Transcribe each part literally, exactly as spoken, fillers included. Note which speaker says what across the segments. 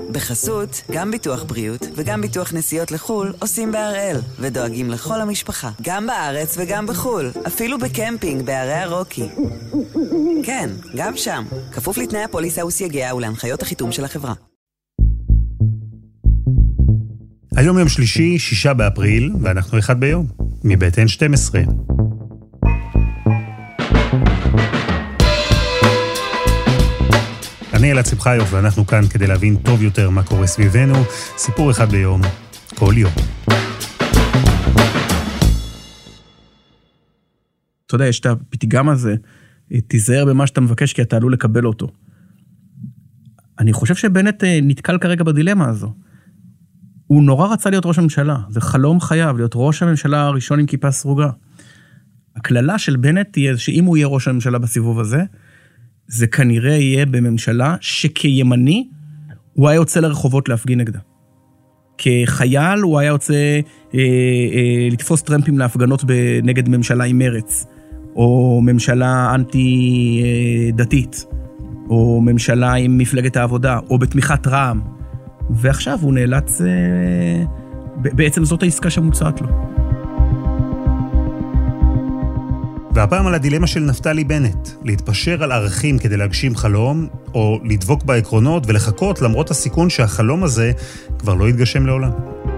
Speaker 1: בחסות, גם ביטוח בריאות וגם ביטוח נסיעות לחול עושים בהראל, ודואגים לכל המשפחה, גם בארץ וגם בחול, אפילו בקמפינג בערי הרוקי. כן, גם שם, כפוף לתנאי הפוליסה וסייגיה ולהנחיות החיתום של החברה.
Speaker 2: היום יום שלישי, שישה באפריל, ואנחנו אחד ביום, מבית אן שתים עשרה. אני אלעד שמחיוף, ואנחנו כאן כדי להבין טוב יותר מה קורה סביבנו. סיפור אחד ביום, כל יום.
Speaker 3: אתה יודע, יש את הפתגם הזה, תיזהר במה שאתה מבקש כי אתה עלול לקבל אותו. אני חושב שבנט נתקל כרגע בדילמה הזו. הוא נורא רצה להיות ראש הממשלה, זה חלום חייו, להיות ראש הממשלה הראשון עם כיפה סרוגה. הכללה של בנט תהיה שאם הוא יהיה ראש הממשלה בסיבוב הזה, זה כנראה יהיה בממשלה שכימני הוא היה יוצא לרחובות להפגין נגדה. כחייל הוא היה יוצא אה, אה, לתפוס טרמפים להפגנות נגד ממשלה עם מרץ, או ממשלה אנטי אה, דתית, או ממשלה עם מפלגת העבודה, או בתמיכת רע"מ. ועכשיו הוא נאלץ, אה, בעצם זאת העסקה שמוצעת לו.
Speaker 2: והפעם על הדילמה של נפתלי בנט, להתפשר על ערכים כדי להגשים חלום, או לדבוק בעקרונות ולחכות למרות הסיכון שהחלום הזה כבר לא יתגשם לעולם.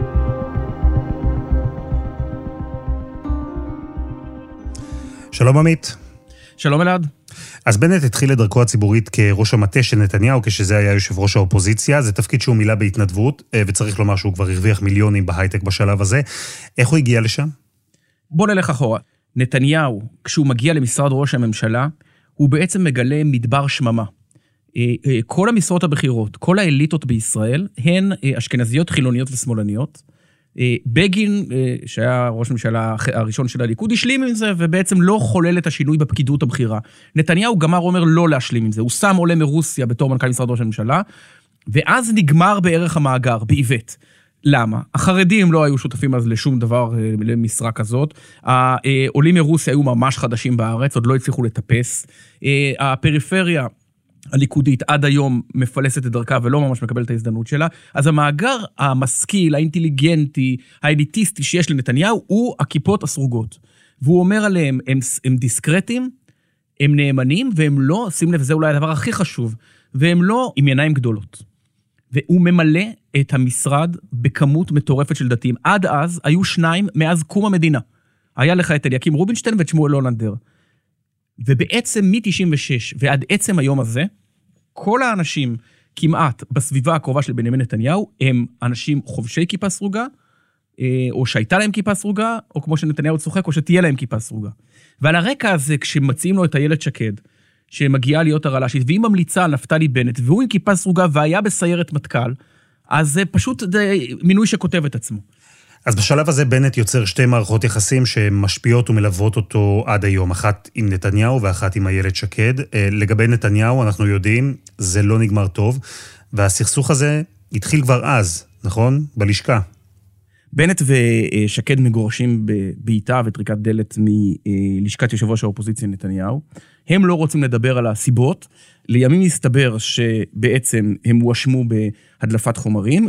Speaker 2: שלום עמית.
Speaker 3: שלום אלעד.
Speaker 2: אז בנט התחיל את דרכו הציבורית כראש המטה של נתניהו, כשזה היה יושב ראש האופוזיציה. זה תפקיד שהוא מילא בהתנדבות, וצריך לומר שהוא כבר הרוויח מיליונים בהייטק בשלב הזה. איך הוא הגיע לשם?
Speaker 3: בוא נלך אחורה. נתניהו, כשהוא מגיע למשרד ראש הממשלה, הוא בעצם מגלה מדבר שממה. כל המשרות הבכירות, כל האליטות בישראל, הן אשכנזיות, חילוניות ושמאלניות. בגין, שהיה ראש הממשלה הראשון של הליכוד, השלים עם זה, ובעצם לא חולל את השינוי בפקידות הבכירה. נתניהו גמר אומר לא להשלים עם זה. הוא שם עולה מרוסיה בתור מנכ"ל משרד ראש הממשלה, ואז נגמר בערך המאגר, בעיוות. למה? החרדים לא היו שותפים אז לשום דבר, למשרה כזאת. העולים מרוסיה היו ממש חדשים בארץ, עוד לא הצליחו לטפס. הפריפריה הליכודית עד היום מפלסת את דרכה ולא ממש מקבלת את ההזדמנות שלה. אז המאגר המשכיל, האינטליגנטי, האליטיסטי שיש לנתניהו, הוא הכיפות הסרוגות. והוא אומר עליהם, הם, הם דיסקרטים, הם נאמנים, והם לא, שים לב, זה אולי הדבר הכי חשוב, והם לא עם עיניים גדולות. והוא ממלא את המשרד בכמות מטורפת של דתיים. עד אז היו שניים מאז קום המדינה. היה לך את אליקים רובינשטיין ואת שמואל הולנדר. ובעצם מ-תשעים ושש ועד עצם היום הזה, כל האנשים כמעט בסביבה הקרובה של בנימין נתניהו, הם אנשים חובשי כיפה סרוגה, או שהייתה להם כיפה סרוגה, או כמו שנתניהו צוחק, או שתהיה להם כיפה סרוגה. ועל הרקע הזה, כשמציעים לו את הילד שקד, שמגיעה להיות הרל"שית, והיא ממליצה על נפתלי בנט, והוא עם כיפה סרוגה והיה בסיירת מטכ"ל, אז זה פשוט זה מינוי שכותב את עצמו.
Speaker 2: אז בשלב הזה בנט יוצר שתי מערכות יחסים שמשפיעות ומלוות אותו עד היום, אחת עם נתניהו ואחת עם הילד שקד. לגבי נתניהו אנחנו יודעים, זה לא נגמר טוב, והסכסוך הזה התחיל כבר אז, נכון? בלשכה.
Speaker 3: בנט ושקד מגורשים בביתה וטריקת דלת מלשכת יושב ראש האופוזיציה נתניהו. הם לא רוצים לדבר על הסיבות. לימים הסתבר שבעצם הם הואשמו בהדלפת חומרים,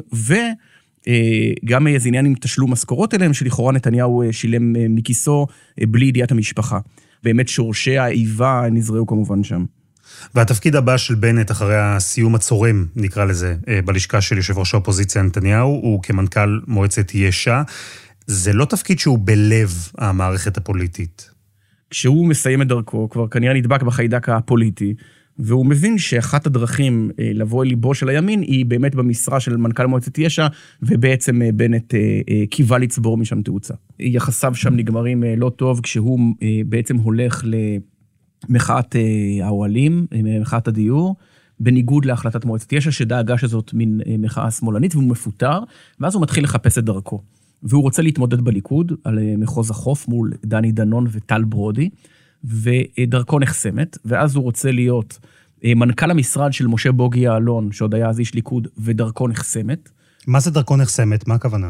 Speaker 3: וגם איזה עניין עם תשלום משכורות אליהם, שלכאורה נתניהו שילם מכיסו בלי ידיעת המשפחה. באמת שורשי האיבה נזרעו כמובן שם.
Speaker 2: והתפקיד הבא של בנט אחרי הסיום הצורם, נקרא לזה, בלשכה של יושב ראש האופוזיציה נתניהו, הוא כמנכ"ל מועצת יש"ע. זה לא תפקיד שהוא בלב המערכת הפוליטית.
Speaker 3: כשהוא מסיים את דרכו, כבר כנראה נדבק בחיידק הפוליטי, והוא מבין שאחת הדרכים לבוא אל ליבו של הימין, היא באמת במשרה של מנכ"ל מועצת יש"ע, ובעצם בנט קיווה לצבור משם תאוצה. יחסיו שם נגמרים לא טוב, כשהוא בעצם הולך למחאת האוהלים, מחאת הדיור, בניגוד להחלטת מועצת יש"ע, שדאגה שזאת מין מחאה שמאלנית, והוא מפוטר, ואז הוא מתחיל לחפש את דרכו. והוא רוצה להתמודד בליכוד, על מחוז החוף, מול דני דנון וטל ברודי, ודרכו נחסמת, ואז הוא רוצה להיות מנכ"ל המשרד של משה בוגי יעלון, שעוד היה אז איש ליכוד, ודרכו נחסמת.
Speaker 2: מה זה דרכו נחסמת? מה הכוונה?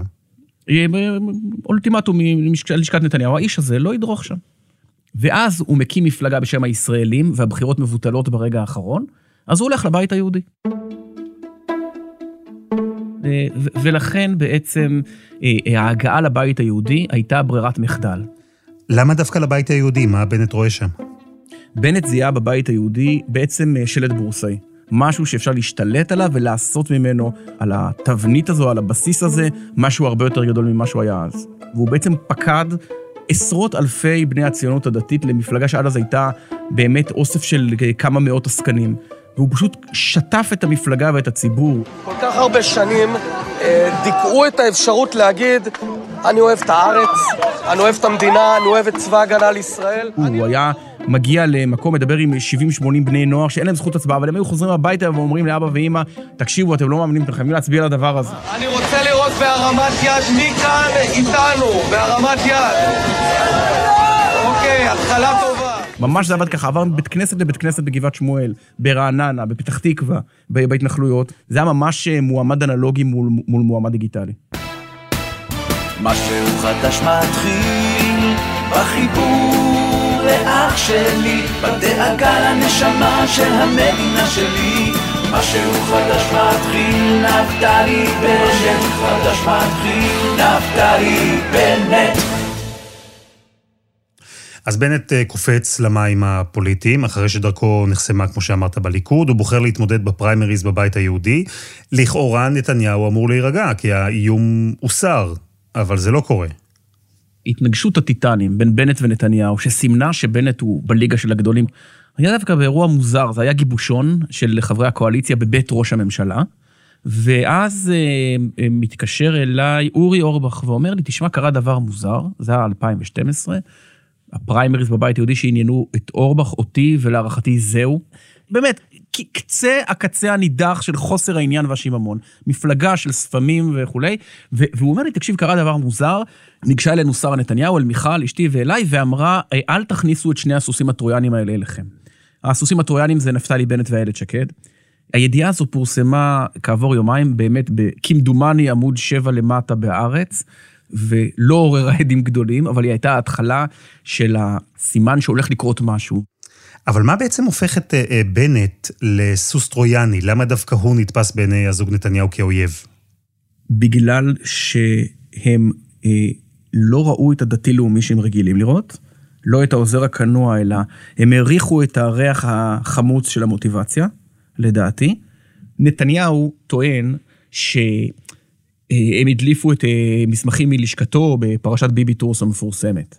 Speaker 3: אולטימטום מלשכת נתניהו, האיש הזה לא ידרוך שם. ואז הוא מקים מפלגה בשם הישראלים, והבחירות מבוטלות ברגע האחרון, אז הוא הולך לבית היהודי. ולכן בעצם ההגעה לבית היהודי הייתה ברירת מחדל.
Speaker 2: למה דווקא לבית היהודי? מה בנט רואה שם?
Speaker 3: בנט זיהה בבית היהודי בעצם שלט בורסאי. משהו שאפשר להשתלט עליו ולעשות ממנו, על התבנית הזו, על הבסיס הזה, משהו הרבה יותר גדול ממה שהוא היה אז. והוא בעצם פקד עשרות אלפי בני הציונות הדתית למפלגה שעד אז הייתה באמת אוסף של כמה מאות עסקנים. והוא פשוט שטף את המפלגה ואת הציבור.
Speaker 4: כל כך הרבה שנים דיכאו את האפשרות להגיד, אני אוהב את הארץ, אני אוהב את המדינה, אני אוהב את צבא הגנה לישראל.
Speaker 3: הוא היה מגיע למקום, מדבר עם שבעים שמונים בני נוער שאין להם זכות הצבעה, אבל הם היו חוזרים הביתה ואומרים לאבא ואמא, תקשיבו, אתם לא מאמינים, אתם חייבים להצביע על הדבר הזה.
Speaker 4: אני רוצה לראות בהרמת יד מי כאן איתנו, בהרמת יד. אוקיי, התחלה טובה.
Speaker 3: ממש זה עבד ככה, עבר מבית כנסת לבית כנסת בגבעת שמואל, ברעננה, בפתח תקווה, בהתנחלויות. זה היה ממש מועמד אנלוגי מול, מול מועמד דיגיטלי.
Speaker 5: משהו חדש מתחיל בחיבור לאח שלי, בדאגה לנשמה של המדינה שלי. משהו חדש מתחיל, נפתלי בנט, חדש מתחיל, נפתלי בנט.
Speaker 2: אז בנט קופץ למים הפוליטיים, אחרי שדרכו נחסמה, כמו שאמרת, בליכוד, הוא בוחר להתמודד בפריימריז בבית היהודי. לכאורה נתניהו אמור להירגע, כי האיום הוסר, אבל זה לא קורה.
Speaker 3: התנגשות הטיטנים בין בנט ונתניהו, שסימנה שבנט הוא בליגה של הגדולים, היה דווקא באירוע מוזר, זה היה גיבושון של חברי הקואליציה בבית ראש הממשלה, ואז אה, מתקשר אליי אורי אורבך ואומר לי, תשמע, קרה דבר מוזר, זה היה אלפיים ושתים עשרה, הפריימריז בבית יהודי שעניינו את אורבך, אותי, ולהערכתי זהו. באמת, קצה הקצה הנידח של חוסר העניין והשיממון. מפלגה של ספמים וכו'. והוא אומר לי, תקשיב, קרה דבר מוזר, ניגשה אלינו שרה נתניהו, אל מיכל, אשתי ואליי, ואמרה, אל תכניסו את שני הסוסים הטרויאנים האלה אליכם. הסוסים הטרויאנים זה נפתלי בנט ואיילת שקד. הידיעה הזו פורסמה כעבור יומיים, באמת, כמדומני עמוד שבע למטה בארץ, ולא עוררה עדים גדולים, אבל היא הייתה ההתחלה של הסימן שהולך לקרות משהו.
Speaker 2: אבל מה בעצם הופך את בנט לסוס טרויאני? למה דווקא הוא נתפס בעיני הזוג נתניהו כאויב?
Speaker 3: בגלל שהם אה, לא ראו את הדתי-לאומי שהם רגילים לראות, לא את העוזר הכנוע, אלא הם העריכו את הריח החמוץ של המוטיבציה, לדעתי. נתניהו טוען ש... הם הדליפו את מסמכים מלשכתו בפרשת ביבי טורס המפורסמת.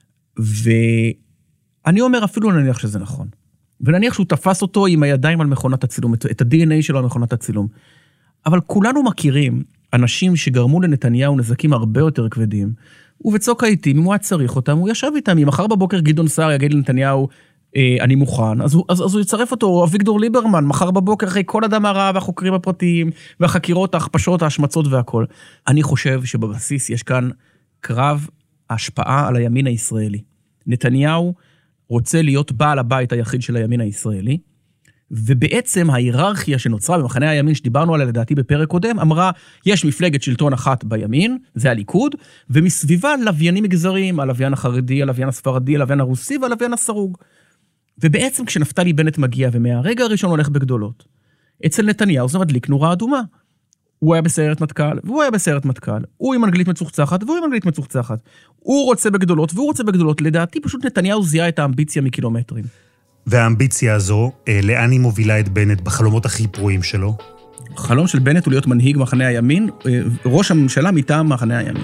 Speaker 3: ואני אומר, אפילו נניח שזה נכון. ונניח שהוא תפס אותו עם הידיים על מכונת הצילום, את ה-די אן איי שלו על מכונת הצילום. אבל כולנו מכירים אנשים שגרמו לנתניהו נזקים הרבה יותר כבדים, ובצוק העיתים, אם הוא היה צריך אותם, הוא ישב איתם. אם מחר בבוקר גדעון סער יגיד לנתניהו, אני מוכן, אז הוא, אז, אז הוא יצרף אותו, או אביגדור ליברמן, מחר בבוקר, אחרי כל אדם הרע והחוקרים הפרטיים, והחקירות, ההכפשות, ההשמצות והכל. אני חושב שבבסיס יש כאן קרב השפעה על הימין הישראלי. נתניהו רוצה להיות בעל הבית היחיד של הימין הישראלי, ובעצם ההיררכיה שנוצרה במחנה הימין, שדיברנו עליה לדעתי בפרק קודם, אמרה, יש מפלגת שלטון אחת בימין, זה הליכוד, ומסביבה לוויינים מגזריים, הלוויין החרדי, הלוויין הספרדי, הלוויין הרוסי והלוויין הסרוג. ובעצם כשנפתלי בנט מגיע, ומהרגע הראשון הולך בגדולות, אצל נתניהו זה מדליק נורה אדומה. הוא היה בסיירת מטכ"ל, והוא היה בסיירת מטכ"ל, הוא עם אנגלית מצוחצחת, והוא עם אנגלית מצוחצחת. הוא רוצה בגדולות, והוא רוצה בגדולות. לדעתי פשוט נתניהו זיהה את האמביציה מקילומטרים.
Speaker 2: והאמביציה הזו, לאן היא מובילה את בנט בחלומות הכי פרועים שלו?
Speaker 3: החלום של בנט הוא להיות מנהיג מחנה הימין, ראש הממשלה מטעם מחנה הימין.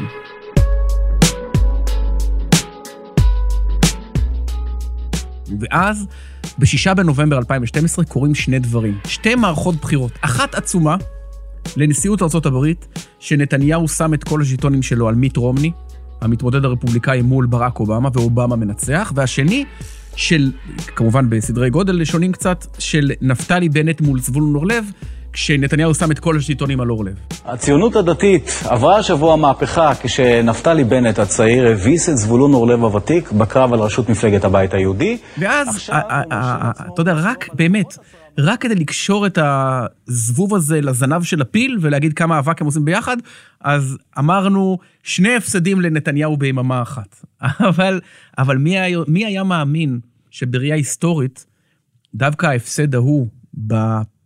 Speaker 3: ואז, בשישה בנובמבר אלפיים ושתים עשרה, קורים שני דברים. שתי מערכות בחירות. אחת עצומה, לנשיאות ארצות הברית, שנתניהו שם את כל הז'יטונים שלו על מיט רומני, המתמודד הרפובליקאי מול ברק אובמה, ואובמה מנצח, והשני, של, כמובן בסדרי גודל שונים קצת, של נפתלי בנט מול זבולון אורלב, כשנתניהו שם את כל השלטונים על אורלב.
Speaker 6: הציונות הדתית עברה השבוע מהפכה כשנפתלי בנט הצעיר הביס את זבולון אורלב הוותיק בקרב על ראשות מפלגת הבית היהודי.
Speaker 3: ואז, אתה יודע, רק באמת, רק כדי לקשור את הזבוב הזה לזנב של הפיל ולהגיד כמה אבק הם עושים ביחד, אז אמרנו שני הפסדים לנתניהו ביממה אחת. אבל, אבל מי היה, מי היה מאמין שבראייה היסטורית, דווקא ההפסד ההוא בפריימריז,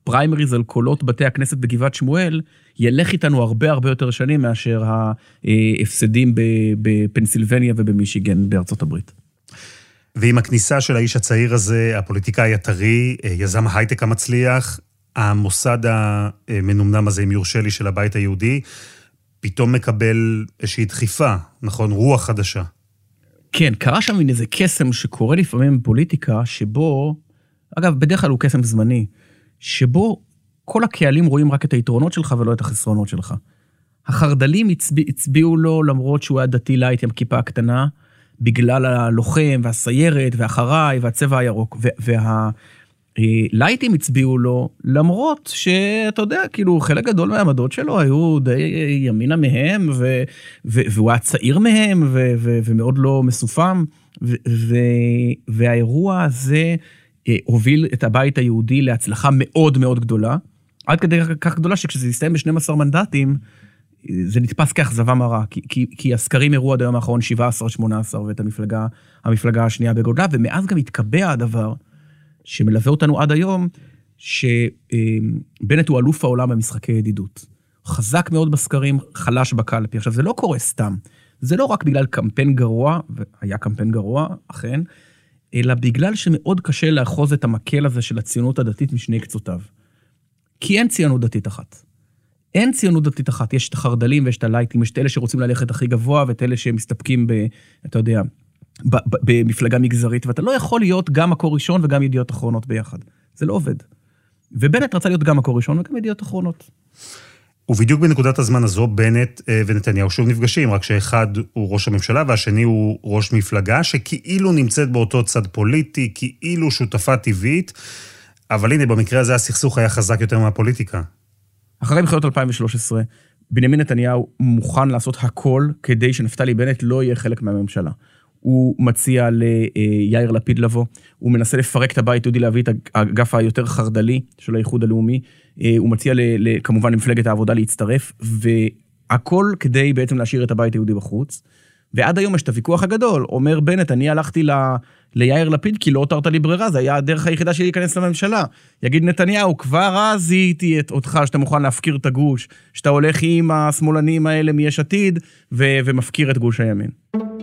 Speaker 3: הפריימריז על קולות בתי הכנסת בגבעת שמואל, ילך איתנו הרבה הרבה יותר שנים מאשר ההפסדים בפנסילבניה ובמישיגן בארצות הברית.
Speaker 2: ועם הכניסה של האיש הצעיר הזה, הפוליטיקאי הטרי, יזם ההייטק המצליח, המוסד המנומנם הזה, אם יורשה לי, של הבית היהודי, פתאום מקבל איזושהי דחיפה, נכון? רוח חדשה.
Speaker 3: כן, קרה שם איזה קסם שקורה לפעמים בפוליטיקה, שבו, אגב, בדרך כלל הוא קסם זמני, שבו כל הקהלים רואים רק את היתרונות שלך ולא את החסרונות שלך. החרדלים הצביע, הצביעו לו, למרות שהוא היה דתי לייט עם כיפה הקטנה, בגלל הלוחם והסיירת והחריי והצבע הירוק, וה... לייטים הצביעו לו, למרות שאתה יודע, כאילו חלק גדול מהעמדות שלו היו די ימינה מהם, ו, ו, והוא היה צעיר מהם, ו, ו, ומאוד לא מסופם, ו, ו, והאירוע הזה הוביל את הבית היהודי להצלחה מאוד מאוד גדולה, עד כדי כך גדולה שכשזה יסתיים ב-שנים עשר מנדטים, זה נתפס כאכזבה מרה, כי, כי, כי הסקרים הראו עד היום האחרון שבע עשרה שמונה עשרה, ואת המפלגה, המפלגה השנייה בגודלה, ומאז גם התקבע הדבר, שמלווה אותנו עד היום, שבנט הוא אלוף העולם במשחקי ידידות. חזק מאוד בסקרים, חלש בקלפי. עכשיו, זה לא קורה סתם. זה לא רק בגלל קמפיין גרוע, והיה קמפיין גרוע, אכן, אלא בגלל שמאוד קשה לאחוז את המקל הזה של הציונות הדתית משני קצותיו. כי אין ציונות דתית אחת. אין ציונות דתית אחת. יש את החרדלים ויש את הלייטים, יש את אלה שרוצים ללכת הכי גבוה, ואת אלה שמסתפקים ב, אתה יודע, במפלגה מגזרית, ואתה לא יכול להיות גם מקור ראשון וגם ידיעות אחרונות ביחד. זה לא עובד. ובנט רצה להיות גם מקור ראשון וגם ידיעות אחרונות.
Speaker 2: ובדיוק בנקודת הזמן הזו, בנט ונתניהו שוב נפגשים, רק שאחד הוא ראש הממשלה והשני הוא ראש מפלגה, שכאילו נמצאת באותו צד פוליטי, כאילו שותפה טבעית, אבל הנה, במקרה הזה הסכסוך היה חזק יותר מהפוליטיקה.
Speaker 3: אחרי בחירות אלפיים ושלוש עשרה, בנימין נתניהו מוכן לעשות הכל כדי שנפתלי בנט לא יהיה חלק מהממשלה. הוא מציע ליאיר לפיד לבוא, הוא מנסה לפרק את הבית היהודי, להביא את האגף היותר חרדלי של האיחוד הלאומי, הוא מציע כמובן למפלגת העבודה להצטרף, והכל כדי בעצם להשאיר את הבית היהודי בחוץ, ועד היום יש את הוויכוח הגדול, אומר בנט, אני הלכתי ל... ליאיר לפיד, כי לא הותרת לי ברירה, זה היה הדרך היחידה שלי להיכנס לממשלה. יגיד נתניהו, כבר אז זיהיתי את אותך, שאתה מוכן להפקיר את הגוש, שאתה הולך עם השמאלנים האלה מיש עתיד, ו... ומפקיר את גוש הימין.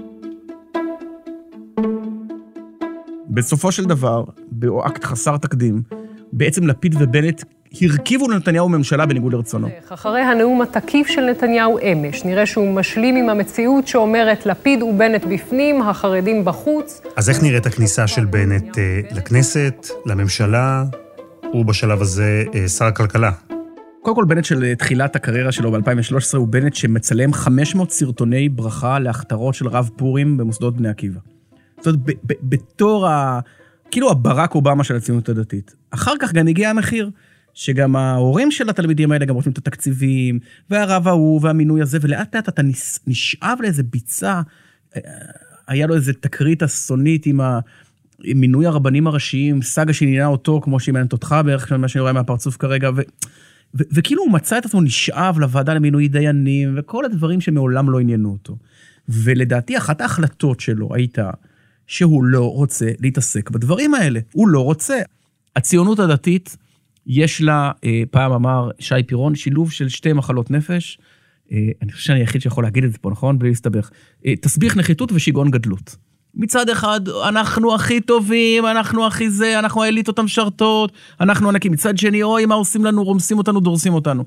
Speaker 3: בסופו של דבר, באקט חסר תקדים, בעצם לפיד ובנט הרכיבו לנתניהו ממשלה בניגוד לרצונו.
Speaker 7: אחרי הנאום התקיף של נתניהו אמש, נראה שהוא משלים עם המציאות שאומרת לפיד ובנט בפנים, החרדים בחוץ.
Speaker 2: אז איך נראית הכניסה של בנט לכנסת, לממשלה, ובשלב הזה שר הכלכלה?
Speaker 3: קודם כל, בנט של תחילת הקריירה שלו ב-אלפיים ושלוש עשרה הוא בנט שמצלם חמש מאות סרטוני ברכה להכתרות של רב פורים במוסדות בני עקיבא. זאת אומרת, ב- ב- בתור ה... כאילו הברק אובמה של הציונות הדתית. אחר כך גם הגיע המחיר, שגם ההורים של התלמידים האלה גם רוצים את התקציבים, והרב ההוא והמינוי הזה, ולאט לאט אתה נשאב לאיזה ביצה, היה לו איזה תקרית אסונית עם המינוי הרבנים הראשיים, סגה שעניינה אותו, כמו שהיא מעניינת אותך בערך, מה שאני רואה מהפרצוף כרגע, ו... ו... וכאילו הוא מצא את עצמו נשאב לוועדה למינוי דיינים, וכל הדברים שמעולם לא עניינו אותו. ולדעתי, אחת ההחלטות שלו הייתה, שהוא לא רוצה להתעסק בדברים האלה. הוא לא רוצה. הציונות הדתית, יש לה, פעם אמר שי פירון, שילוב של שתי מחלות נפש, אני חושב שאני היחיד שיכול להגיד את זה פה, נכון? בלי להסתבך. תסביך נחיתות ושיגעון גדלות. מצד אחד, אנחנו הכי טובים, אנחנו הכי זה, אנחנו האליטות המשרתות, אנחנו ענקים. מצד שני, אוי, מה עושים לנו? רומסים אותנו, דורסים אותנו.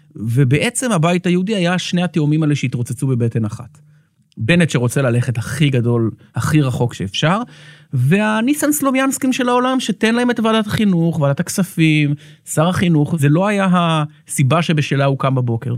Speaker 3: ובעצם הבית היהודי היה שני התאומים האלה שהתרוצצו בבטן אחת. בנט שרוצה ללכת הכי גדול, הכי רחוק שאפשר, והניסן סלומיאנסקים של העולם, שתן להם את ועדת החינוך, ועדת הכספים, שר החינוך, זה לא היה הסיבה שבשלה הוא קם בבוקר.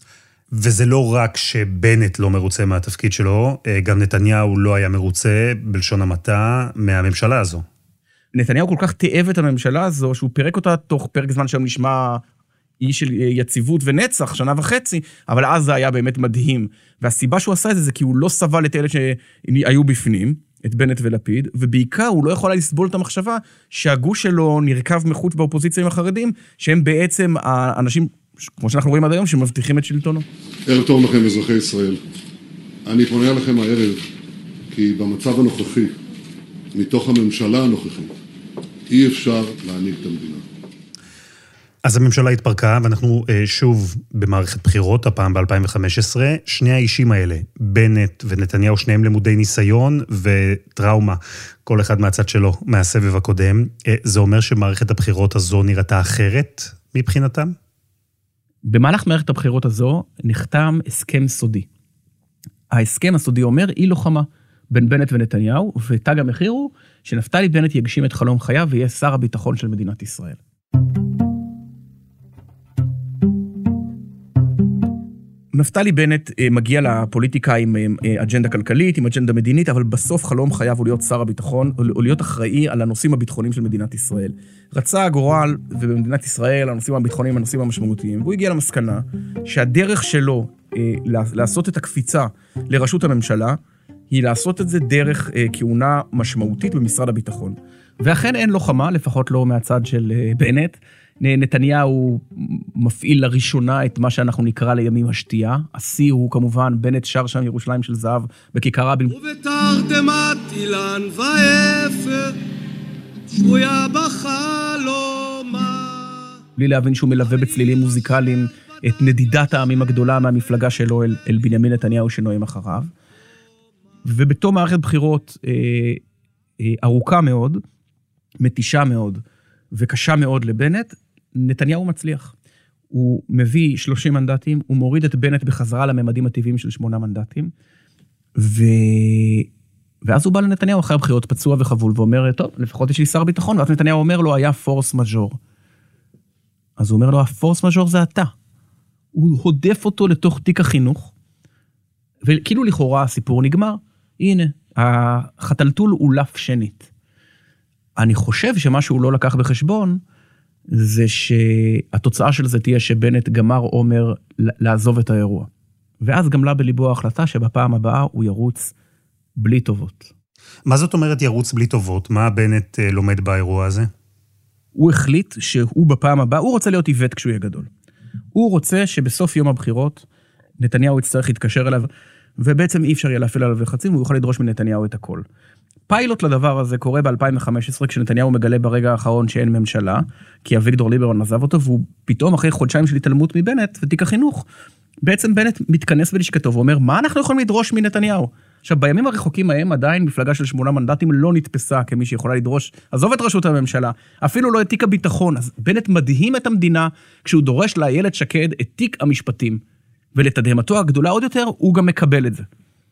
Speaker 2: וזה לא רק שבנט לא מרוצה מהתפקיד שלו, גם נתניהו לא היה מרוצה, בלשון המעטה, מהממשלה הזו.
Speaker 3: נתניהו כל כך תאב את הממשלה הזו, שהוא פירק אותה תוך פרק זמן שם נשמע אי של יציבות ונצח, שנה וחצי, אבל אז זה היה באמת מדהים. והסיבה שהוא עשה את זה, זה כי הוא לא סבל את אלה שהיו בפנים, את בנט ולפיד, ובעיקר הוא לא יכול לסבול את המחשבה שהגוש שלו נרכב מחוץ באופוזיציה עם החרדים, שהם בעצם האנשים, כמו שאנחנו רואים עד היום, שמבטיחים את שלטונו.
Speaker 8: ערב טוב לכם, אזרחי ישראל. אני פונה לכם הערב, כי במצב הנוכחי, מתוך הממשלה הנוכחית, אי אפשר להנהיג את המדינה.
Speaker 2: אז הממשלה התפרקה, ואנחנו שוב במערכת בחירות, הפעם ב-אלפיים וחמש עשרה. שני האישים האלה, בנט ונתניהו, שניהם למודי ניסיון וטראומה, כל אחד מהצד שלו, מהסבב הקודם. זה אומר שמערכת הבחירות הזו נראתה אחרת מבחינתם?
Speaker 3: במהלך מערכת הבחירות הזו נחתם הסכם סודי. ההסכם הסודי אומר, אי לוחמה בין בנט ונתניהו, ותג המחיר הוא שנפתלי בנט יגשים את חלום חייו ויהיה שר הביטחון של מדינת ישראל. נפתלי בנט מגיע לפוליטיקה עם אג'נדה כלכלית, עם אג'נדה מדינית, אבל בסוף חלום חייו הוא להיות שר הביטחון, או להיות אחראי על הנושאים הביטחוניים של מדינת ישראל. רצה הגורל, ובמדינת ישראל הנושאים הביטחוניים הם הנושאים המשמעותיים, והוא הגיע למסקנה שהדרך שלו לעשות את הקפיצה לראשות הממשלה, היא לעשות את זה דרך כהונה משמעותית במשרד הביטחון. ואכן אין לוחמה, לפחות לא מהצד של בנט. נתניהו מפעיל לראשונה את מה שאנחנו נקרא לימים השתייה. השיא הוא כמובן, בנט שר שם ירושלים של זהב בכיכר רבין.
Speaker 4: ובתרדמת אילן ואפר, שבויה בחלומה.
Speaker 3: בלי להבין שהוא מלווה בצלילים מוזיקליים את נדידת העמים הגדולה מהמפלגה שלו אל, אל בנימין נתניהו שנוהם אחריו. ובתום מערכת בחירות אה, אה, ארוכה מאוד, מתישה מאוד וקשה מאוד לבנט, נתניהו מצליח. הוא מביא שלושים מנדטים, הוא מוריד את בנט בחזרה לממדים הטבעיים של שמונה מנדטים, ו... ואז הוא בא לנתניהו אחרי הבחירות פצוע וחבול, ואומר, טוב, לפחות יש לי שר ביטחון, ואז נתניהו אומר לו, היה פורס מז'ור. אז הוא אומר לו, הפורס מז'ור זה אתה. הוא הודף אותו לתוך תיק החינוך, וכאילו לכאורה הסיפור נגמר, הנה, החתלתול אולף שנית. אני חושב שמה שהוא לא לקח בחשבון, זה שהתוצאה של זה תהיה שבנט גמר אומר לעזוב את האירוע. ואז גמלה בליבו ההחלטה שבפעם הבאה הוא ירוץ בלי טובות.
Speaker 2: מה זאת אומרת ירוץ בלי טובות? מה בנט לומד באירוע הזה?
Speaker 3: הוא החליט שהוא בפעם הבאה, הוא רוצה להיות איבט כשהוא יהיה גדול. הוא רוצה שבסוף יום הבחירות, נתניהו יצטרך להתקשר אליו, ובעצם אי אפשר יהיה להפעיל עליו לחצים, והוא יוכל לדרוש מנתניהו את הכל. פיילוט לדבר הזה קורה ב-אלפיים וחמש עשרה, כשנתניהו מגלה ברגע האחרון שאין ממשלה, כי אביגדור ליברמן עזב אותו, והוא פתאום אחרי חודשיים של התעלמות מבנט ותיק החינוך, בעצם בנט מתכנס בלשכתו ואומר, מה אנחנו יכולים לדרוש מנתניהו? עכשיו, בימים הרחוקים ההם עדיין מפלגה של שמונה מנדטים לא נתפסה כמי שיכולה לדרוש, עזוב את ראשות הממשלה, אפילו לא את תיק הביטחון, אז בנט מדהים את המדינה כשהוא דורש לאיילת שקד את תיק המשפטים, ולתדהמתו הגדולה עוד יותר, הוא גם מקבל את זה.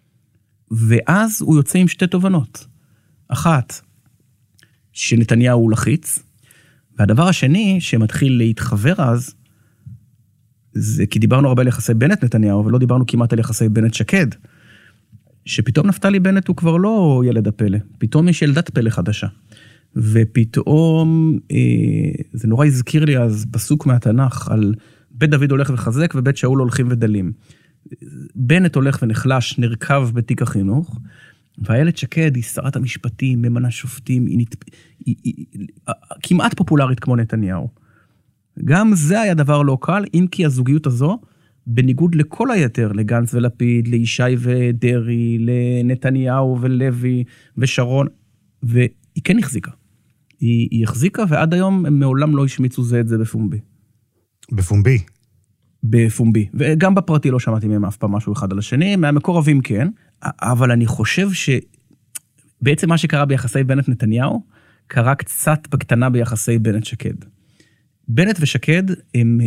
Speaker 3: ואז הוא יוצא עם שתי תובנות. אחת, שנתניהו הוא לחיץ, והדבר השני, שמתחיל להתחבר אז, זה כי דיברנו הרבה על יחסי בנט נתניהו, אבל לא דיברנו כמעט על יחסי בנט שקד, שפתאום נפתלי בנט הוא כבר לא ילד הפלא, פתאום יש ילדת פלא חדשה, ופתאום, אה, זה נורא הזכיר לי אז פסוק מהתנ"ך, על בית דוד הולך וחזק, ובית שאול הולכים ודלים. בנט הולך ונחלש, נרכב בתיק החינוך, והילד שקד היא שרת המשפטים, ממנה שופטים, היא, נת... היא, היא, היא כמעט פופולרית כמו נתניהו. גם זה היה דבר לא קל, אם כי הזוגיות הזו, בניגוד לכל היתר, לגנץ ולפיד, לישי ודרי, לנתניהו ולוי ושרון, והיא כן החזיקה. היא, היא החזיקה, ועד היום הם מעולם לא השמיצו זה את זה בפומבי.
Speaker 2: בפומבי?
Speaker 3: בפומבי. וגם בפרטי לא שמעתי מהם אף פעם משהו אחד על השני, מהמקורבים כן, אבל אני חושב שבעצם מה שקרה ביחסי בנט נתניהו, קרה קצת בקטנה ביחסי בנט שקד. בנט ושקד הם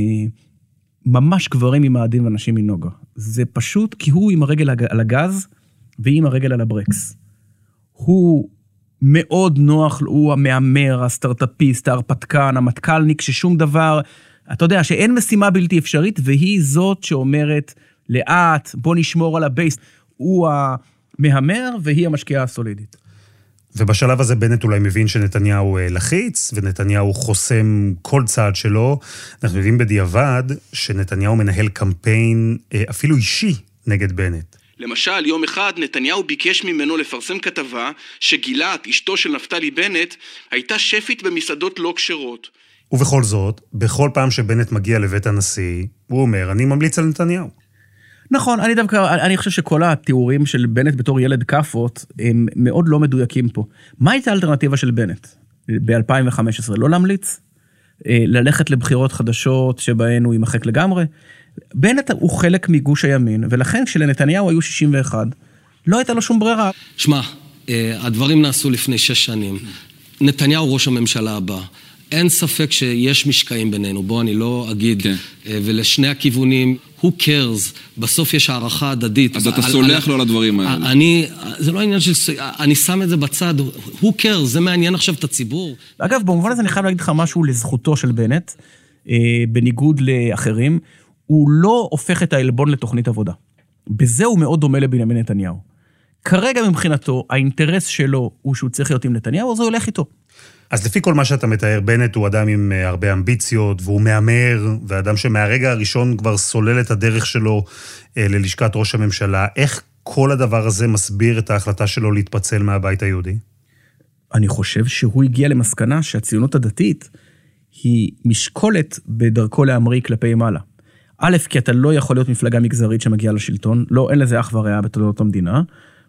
Speaker 3: ממש גברים עם מאדים ואנשים מנוגה. זה פשוט כי הוא עם הרגל על הגז, והיא עם הרגל על הברקס. הוא מאוד נוח, הוא המאמר, הסטארט-אפיסט, ההרפתקן, המתקלניק, ששום דבר, אתה יודע שאין משימה בלתי אפשרית, והיא זאת שאומרת לאט, בוא נשמור על הבייס. הוא המאמר והיא המשקיעה הסולידית.
Speaker 2: ובשלב הזה בנט אולי מבין שנתניהו לחיץ, ונתניהו חוסם כל צעד שלו. אנחנו יודעים בדיעבד שנתניהו מנהל קמפיין אפילו אישי נגד בנט.
Speaker 9: למשל, יום אחד נתניהו ביקש ממנו לפרסם כתבה שגילת, אשתו של נפתלי בנט, הייתה שפית במסעדות לא כשרות.
Speaker 2: ובכל זאת, בכל פעם שבנט מגיע לבית הנשיא, הוא אומר, אני ממליץ על נתניהו.
Speaker 3: נכון, אני דווקא, אני חושב שכל התיאורים של בנט בתור ילד קפות, הם מאוד לא מדויקים פה. מה הייתה האלטרנטיבה של בנט ב-אלפיים וחמש עשרה? לא להמליץ? ללכת לבחירות חדשות שבהן הוא יימחק לגמרי. בנט הוא חלק מגוש הימין, ולכן כשלנתניהו היו שישים ואחת, לא הייתה לו שום ברירה.
Speaker 4: שמע, הדברים נעשו לפני שש שנים. נתניהו ראש הממשלה הבא. אין ספק שיש משקעים בינינו, בוא אני לא אגיד, כן. ולשני הכיוונים, who cares, בסוף יש הערכה הדדית.
Speaker 10: אז אתה סולח לו על הדברים האלה.
Speaker 4: אני, זה לא עניין של, אני שם את זה בצד, who cares, זה מעניין עכשיו את הציבור.
Speaker 3: אגב, במובן הזה אני חייב להגיד לך משהו לזכותו של בנט, בניגוד לאחרים, הוא לא הופך את העלבון לתוכנית עבודה. בזה הוא מאוד דומה לבנימין נתניהו. כרגע מבחינתו, האינטרס שלו הוא שהוא צריך להיות עם נתניהו, אז הוא הולך איתו.
Speaker 2: אז לפי כל מה שאתה מתאר, בנט הוא אדם עם הרבה אמביציות, והוא מאמר, ואדם שמהרגע הראשון כבר סולל את הדרך שלו ללשכת ראש הממשלה. איך כל הדבר הזה מסביר את ההחלטה שלו להתפצל מהבית היהודי?
Speaker 3: אני חושב שהוא הגיע למסקנה שהציונות הדתית היא משקולת בדרכו להמריא כלפי מעלה. א', כי אתה לא יכול להיות מפלגה מגזרית שמגיעה לשלטון, לא, אין לזה אח ורע בתולדות המדינה.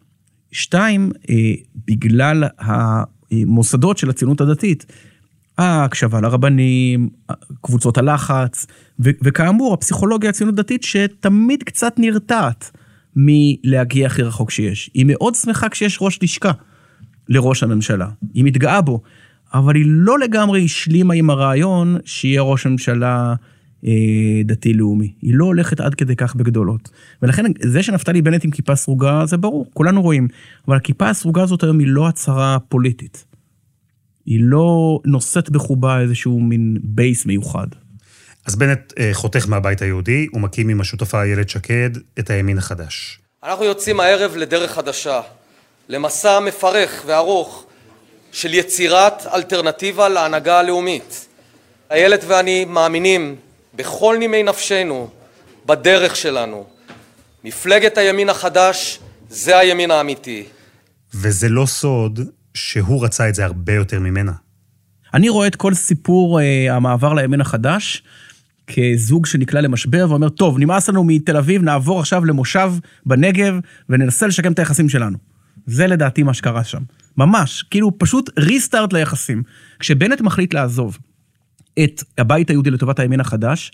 Speaker 3: שתיים, בגלל המוסדות של הציונות הדתית, ההקשבה לרבנים, קבוצות הלחץ, ו- וכאמור, הפסיכולוגיה הציונות הדתית שתמיד קצת נרתעת מלהגיע הכי רחוק שיש. היא מאוד שמחה כשיש ראש לשכה לראש הממשלה. היא מתגאה בו, אבל היא לא לגמרי השלימה עם הרעיון שיהיה ראש הממשלה דתי-לאומי. היא לא הולכת עד כדי כך בגדולות. ולכן זה שנפתלי בנט עם כיפה סרוגה, זה ברור, כולנו רואים. אבל הכיפה הסרוגה הזאת היום היא לא הצהרה פוליטית. היא לא נושאת בחובה איזשהו מין בייס מיוחד.
Speaker 2: אז בנט חותך מהבית היהודי, הוא מקים עם השותפה איילת שקד את הימין החדש.
Speaker 4: אנחנו יוצאים הערב לדרך חדשה, למסע מפרך וארוך של יצירת אלטרנטיבה להנהגה הלאומית. איילת ואני מאמינים בכל נימי נפשנו, בדרך שלנו. מפלגת הימין החדש, זה הימין האמיתי.
Speaker 2: וזה לא סוד שהוא רצה את זה הרבה יותר ממנה.
Speaker 3: אני רואה את כל סיפור אה, המעבר לימין החדש, כזוג שנקלע למשבר ואומר, טוב, נמאס לנו מתל אביב, נעבור עכשיו למושב בנגב, וננסה לשקם את היחסים שלנו. זה לדעתי מה שקרה שם. ממש, כאילו פשוט ריסטארט ליחסים. כשבנט מחליט לעזוב, את הבית היהודי לטובת הימין החדש,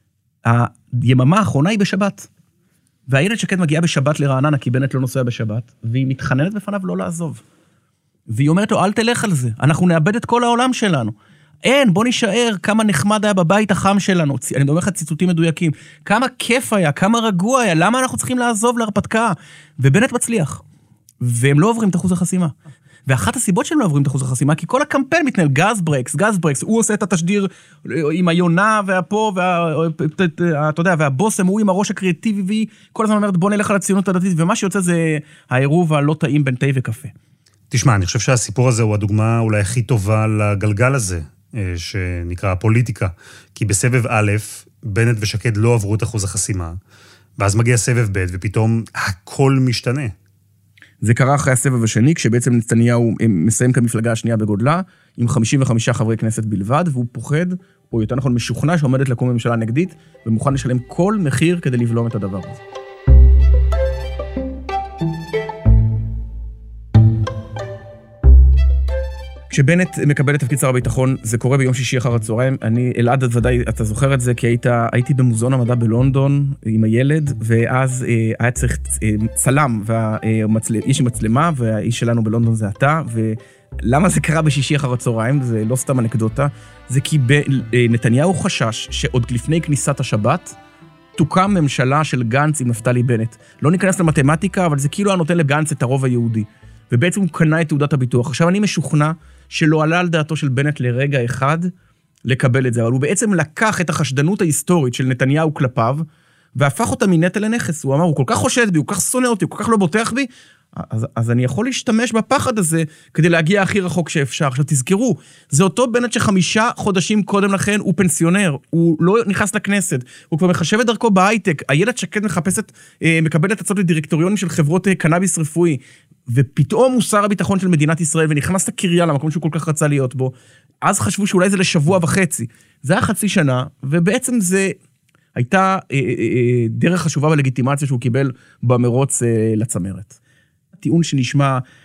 Speaker 3: היממה האחרונה היא בשבת. והילד שקד מגיעה בשבת לרעננה, כי בנט לא נוסע בשבת, והיא מתחננת בפניו לא לעזוב. והיא אומרת לו, אל תלך על זה, אנחנו נאבד את כל העולם שלנו. אין, בוא נשאר כמה נחמד היה בבית החם שלנו. אני אומר לך ציטוטים מדויקים. כמה כיף היה, כמה רגוע היה, למה אנחנו צריכים לעזוב להרפתקה? ובנט מצליח. והם לא עוברים את אחוז החסימה. ואחת הסיבות שהם לא עוברים את אחוז החסימה, כי כל הקמפיין מתנהל גז ברקס, גז ברקס, הוא עושה את התשדיר עם היונה והפה, ואתה יודע, והבוסם, הוא עם הראש הקריאטיבי, כל הזמן אומרת, בוא נלך על הציונות הדתית, ומה שיוצא זה העירוב הלא טעים בין תה וקפה.
Speaker 2: תשמע, אני חושב שהסיפור הזה הוא הדוגמה אולי הכי טובה לגלגל הזה, שנקרא הפוליטיקה, כי בסבב א', בנט ושקד לא עברו את אחוז החסימה, ואז מגיע סבב ב', ופתאום הכל משתנה.
Speaker 3: זה קרה אחרי הסבב השני, כשבעצם נתניהו מסיים כמפלגה השנייה בגודלה, עם חמישים וחמישה חברי כנסת בלבד, והוא פוחד, או יותר נכון משוכנע, שעומדת לקום ממשלה נגדית, ומוכן לשלם כל מחיר כדי לבלום את הדבר הזה. כשבנט מקבל את תפקיד שר הביטחון, זה קורה ביום שישי אחר הצהריים. אני, אלעד, ודאי, אתה זוכר את זה, כי היית, הייתי במוזיאון המדע בלונדון עם הילד, ואז אה, היה צריך אה, צלם, והאיש עם מצלמה, והאיש שלנו בלונדון זה אתה, ולמה זה קרה בשישי אחר הצהריים? זה לא סתם אנקדוטה, זה כי ב, אה, נתניהו חשש שעוד לפני כניסת השבת, תוקם ממשלה של גנץ עם נפתלי בנט. לא ניכנס למתמטיקה, אבל זה כאילו הנותן לגנץ את הרוב היהודי. ובעצם הוא קנה את תעודת הביטוח. עכשיו אני משוכנע שלא עלה על דעתו של בנט לרגע אחד לקבל את זה, אבל הוא בעצם לקח את החשדנות ההיסטורית של נתניהו כלפיו, והפך אותה מנטל לנכס. הוא אמר, הוא כל כך חושד בי, הוא כל כך שונא אותי, הוא כל כך לא בוטח בי, אז, אז אני יכול להשתמש בפחד הזה כדי להגיע הכי רחוק שאפשר. עכשיו תזכרו, זה אותו בנט שחמישה חודשים קודם לכן הוא פנסיונר, הוא לא נכנס לכנסת, הוא כבר מחשב את דרכו בהייטק, איילת שקד מחפשת, מקבלת הצעות לדירקטוריונים של חברות קנאביס רפואי, ופתאום הוא שר הביטחון של מדינת ישראל, ונכנס לקריה למקום שהוא כל כך רצה להיות בו, אז חשבו שאולי זה לשבוע וחצי. זה היה חצי שנה, ובעצם זה הייתה אה, אה, דרך חשובה בלגיטימציה שהוא קיבל במרוץ אה, לצמרת. טיעון שנשמע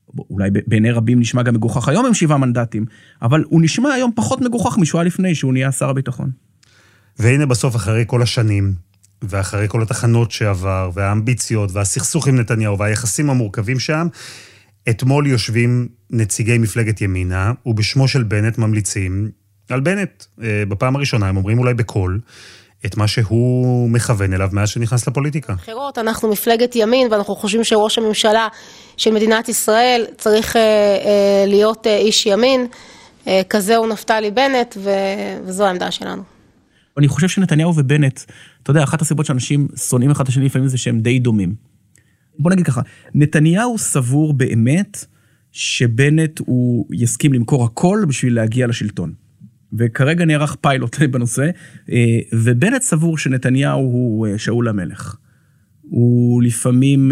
Speaker 3: אולי בעיני רבים נשמע גם מגוחך היום עם שבעה מנדטים, אבל הוא נשמע היום פחות מגוחך משוע לפני שהוא נהיה שר הביטחון.
Speaker 2: והנה בסוף אחרי כל השנים, ואחרי כל התחנות שעבר, והאמביציות, והסכסוך עם נתניהו, והיחסים המורכבים שם, אתמול יושבים נציגי מפלגת ימינה, ובשמו של בנט ממליצים על בנט. בפעם הראשונה הם אומרים אולי בקול, את מה שהוא מכוון אליו מאז שנכנס לפוליטיקה.
Speaker 11: בחירות, אנחנו מפלגת ימין, ואנחנו חושבים שראש הממשלה של מדינת ישראל צריך אה, אה, להיות אה, איש ימין, אה, כזה הוא נפתלי בנט, ו... וזו העמדה שלנו.
Speaker 3: אני חושב שנתניהו ובנט, אתה יודע, אחת הסיבות שאנשים שונאים אחד השני לפעמים זה שהם די דומים. בוא נגיד ככה, נתניהו סבור באמת שבנט הוא יסכים למכור הכל בשביל להגיע לשלטון. וכרגע נערך פיילוט בנושא, ובנט סבור שנתניהו הוא שאול המלך. הוא לפעמים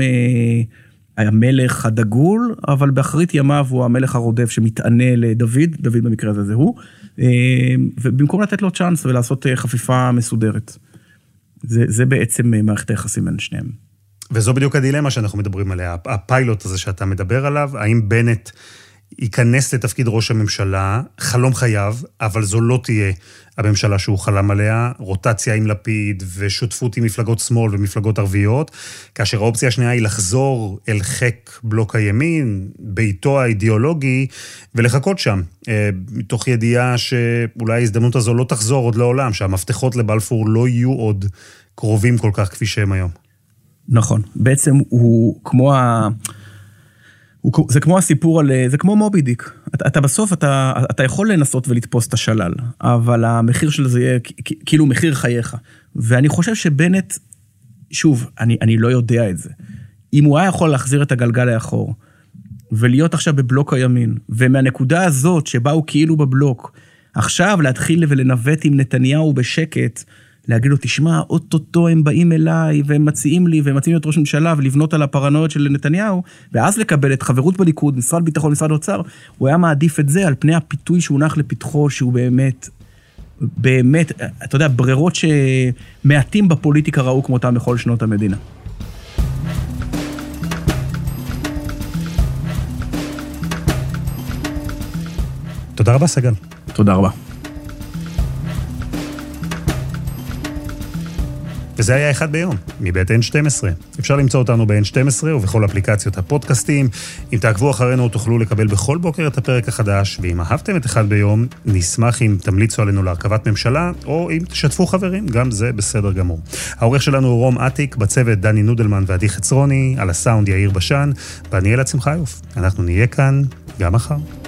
Speaker 3: המלך הדגול, אבל באחרית ימיו הוא המלך הרודף שמתענה לדוד, דוד במקרה הזה זה הוא, ובמקום לתת לו צ'אנס ולעשות חפיפה מסודרת. זה, זה בעצם מערכת היחסים בין שניהם.
Speaker 2: וזו בדיוק הדילמה שאנחנו מדברים עליה, הפיילוט הזה שאתה מדבר עליו, האם בנט ייכנס לתפקיד ראש הממשלה, חלום חייו, אבל זו לא תהיה הממשלה שהוא חלם עליה, רוטציה עם לפיד ושותפות עם מפלגות שמאל ומפלגות ערביות, כאשר האופציה השנייה היא לחזור אל חק בלוק הימין, ביתו האידיאולוגי, ולחכות שם, מתוך ידיעה שאולי ההזדמנות הזו לא תחזור עוד לעולם, שהמפתחות לבלפור לא יהיו עוד קרובים כל כך כפי שהם היום.
Speaker 3: נכון, בעצם הוא כמו ה... זה כמו הסיפור על, זה כמו מובי דיק. אתה, אתה בסוף, אתה, אתה יכול לנסות ולתפוס את השלל, אבל המחיר של זה יהיה כאילו מחיר חייך. ואני חושב שבנט, שוב, אני, אני לא יודע את זה. אם הוא היה יכול להחזיר את הגלגל לאחור, ולהיות עכשיו בבלוק הימין, ומהנקודה הזאת שבה הוא כאילו בבלוק, עכשיו להתחיל ולנווט עם נתניהו בשקט, להגיד לו, תשמע, אוטוטו הם באים אליי, והם מציעים לי, והם מציעים להיות ראש ממשלה, ולבנות על הפרנויות של נתניהו, ואז לקבל את חברות בליכוד, משרד ביטחון, משרד אוצר, הוא היה מעדיף את זה, על פני הפיתוי שהונח לפתחו, שהוא באמת, באמת, אתה יודע, ברירות שמעטים בפוליטיקה ראו כמותם בכל שנות המדינה.
Speaker 2: תודה רבה, סגל.
Speaker 3: תודה רבה.
Speaker 2: וזה היה אחד ביום, מבית אן שתים עשרה. אפשר למצוא אותנו ב-אן שתים עשרה ובכל אפליקציות הפודקאסטים. אם תעקבו אחרינו תוכלו לקבל בכל בוקר את הפרק החדש, ואם אהבתם את אחד ביום, נשמח אם תמליצו עלינו להרכבת ממשלה, או אם תשתפו חברים, גם זה בסדר גמור. העורך שלנו הוא רום עתיק, בצוות דני נודלמן ועדי חצרוני, על הסאונד יאיר בשן, ואני אלעד שמחיוף. אנחנו נהיה כאן גם מחר.